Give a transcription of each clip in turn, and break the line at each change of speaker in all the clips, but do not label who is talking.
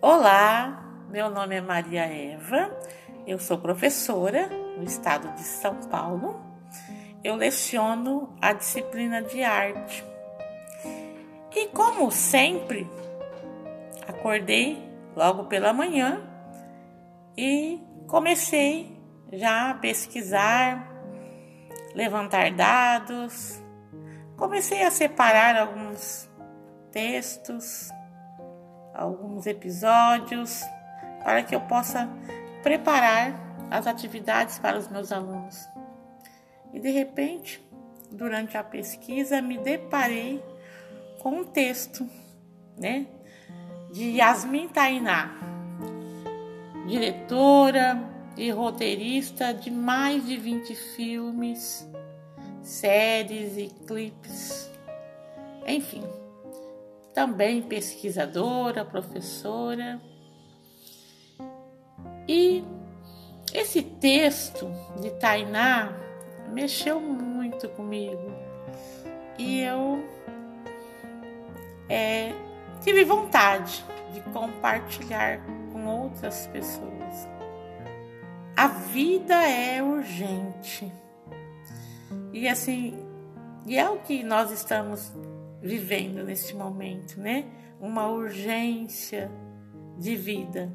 Olá, meu nome é Maria Eva, eu sou professora no estado de São Paulo. Eu leciono a disciplina de arte. E como sempre, acordei logo pela manhã e comecei já a pesquisar, levantar dados, comecei a separar alguns textos, alguns episódios, para que eu possa preparar as atividades para os meus alunos. E de repente, durante a pesquisa, me deparei com um texto, de Yasmin Tainá, diretora e roteirista de mais de 20 filmes, séries e clipes, enfim. Também pesquisadora, professora. E esse texto de Tainá mexeu muito comigo. E eu tive vontade de compartilhar com outras pessoas. A vida é urgente. E é o que nós estamos vivendo neste momento, Uma urgência de vida.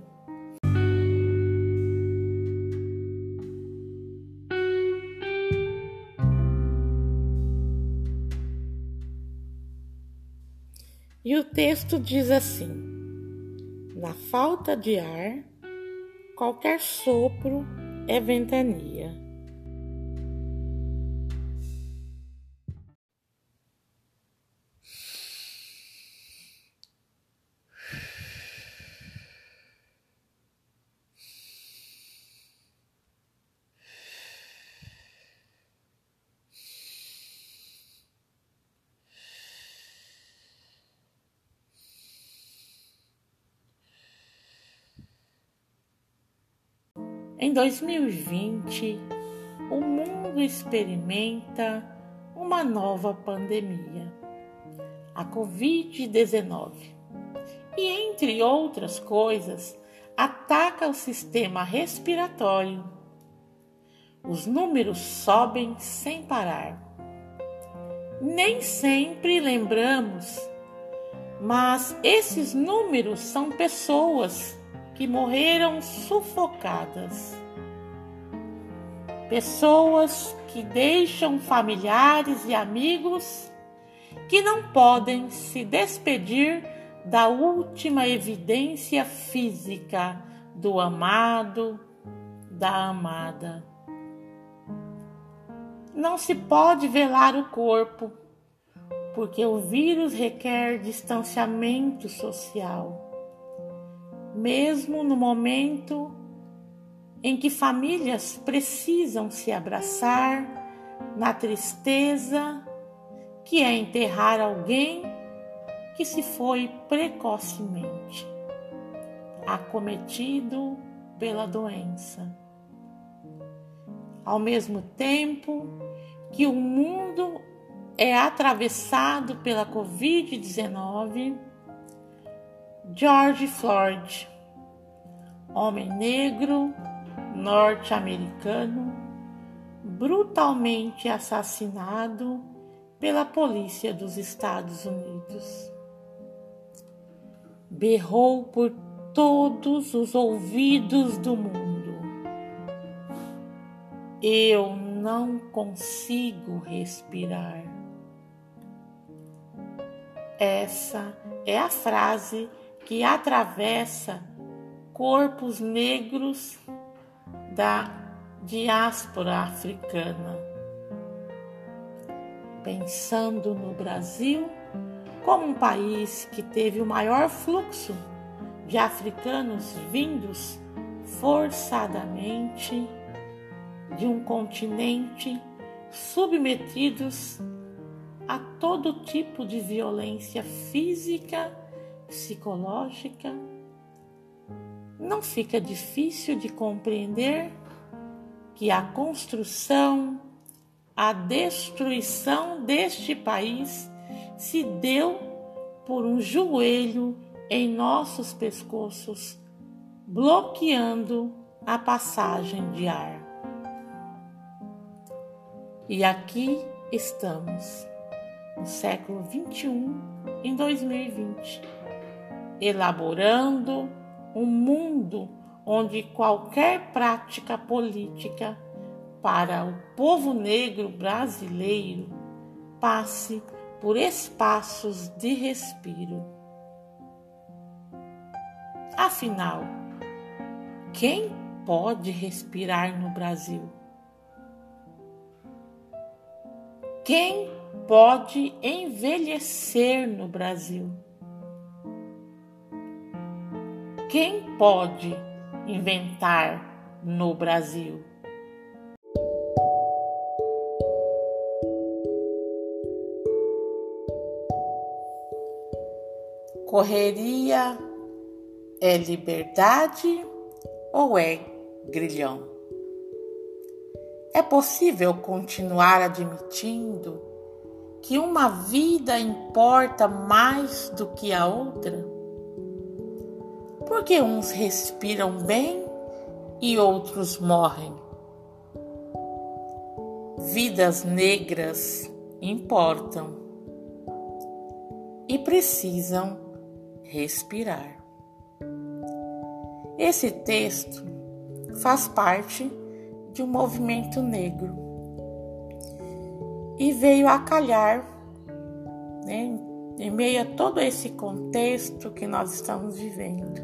E o texto diz assim: na falta de ar, qualquer sopro é ventania. Em 2020, o mundo experimenta uma nova pandemia, a Covid-19, e, entre outras coisas, ataca o sistema respiratório. Os números sobem sem parar. Nem sempre lembramos, mas esses números são pessoas que morreram sufocadas. Pessoas que deixam familiares e amigos que não podem se despedir da última evidência física do amado, da amada. Não se pode velar o corpo, porque o vírus requer distanciamento social. Mesmo no momento em que famílias precisam se abraçar na tristeza que é enterrar alguém que se foi precocemente, acometido pela doença. Ao mesmo tempo que o mundo é atravessado pela Covid-19, George Floyd, homem negro norte-americano, brutalmente assassinado pela polícia dos Estados Unidos, berrou por todos os ouvidos do mundo: eu não consigo respirar. Essa é a frase que atravessa corpos negros da diáspora africana. Pensando no Brasil como um país que teve o maior fluxo de africanos vindos forçadamente de um continente submetidos a todo tipo de violência física, psicológica, não fica difícil de compreender que a construção, a destruição deste país se deu por um joelho em nossos pescoços, bloqueando a passagem de ar. E aqui estamos, no século XXI, em 2020, elaborando um mundo onde qualquer prática política para o povo negro brasileiro passe por espaços de respiro. Afinal, quem pode respirar no Brasil? Quem pode envelhecer no Brasil? Quem pode inventar no Brasil? Correria é liberdade ou é grilhão? É possível continuar admitindo que uma vida importa mais do que a outra? Porque uns respiram bem e outros morrem. Vidas negras importam e precisam respirar. Esse texto faz parte de um movimento negro e veio a calhar, em meio a todo esse contexto que nós estamos vivendo.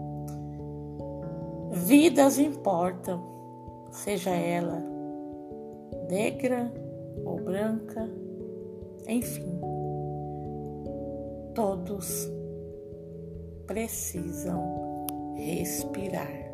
Vidas importam, seja ela negra ou branca, enfim, todos precisam respirar.